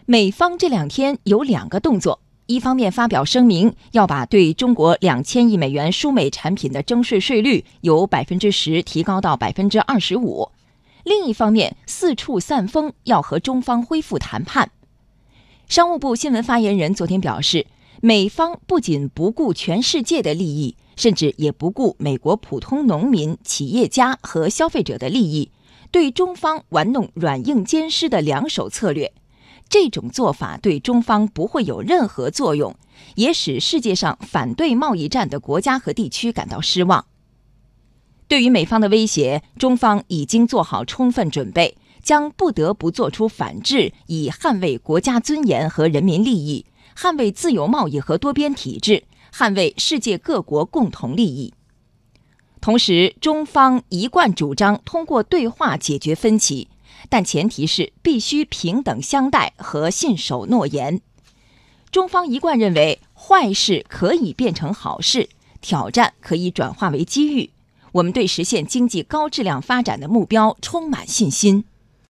美方这2天有2个动作，一方面发表声明，要把对中国2000亿美元输美产品的征税税率由10%提高到25%，另一方面四处散风，要和中方恢复谈判。商务部新闻发言人昨天表示，美方不仅不顾全世界的利益，甚至也不顾美国普通农民、企业家和消费者的利益，对中方玩弄软硬兼施的2手策略。这种做法对中方不会有任何作用，也使世界上反对贸易战的国家和地区感到失望。对于美方的威胁，中方已经做好充分准备，将不得不做出反制，以捍卫国家尊严和人民利益，捍卫自由贸易和多边体制，捍卫世界各国共同利益。同时，中方一贯主张通过对话解决分歧，但前提是必须平等相待和信守诺言。中方一贯认为，坏事可以变成好事，挑战可以转化为机遇。我们对实现经济高质量发展的目标充满信心。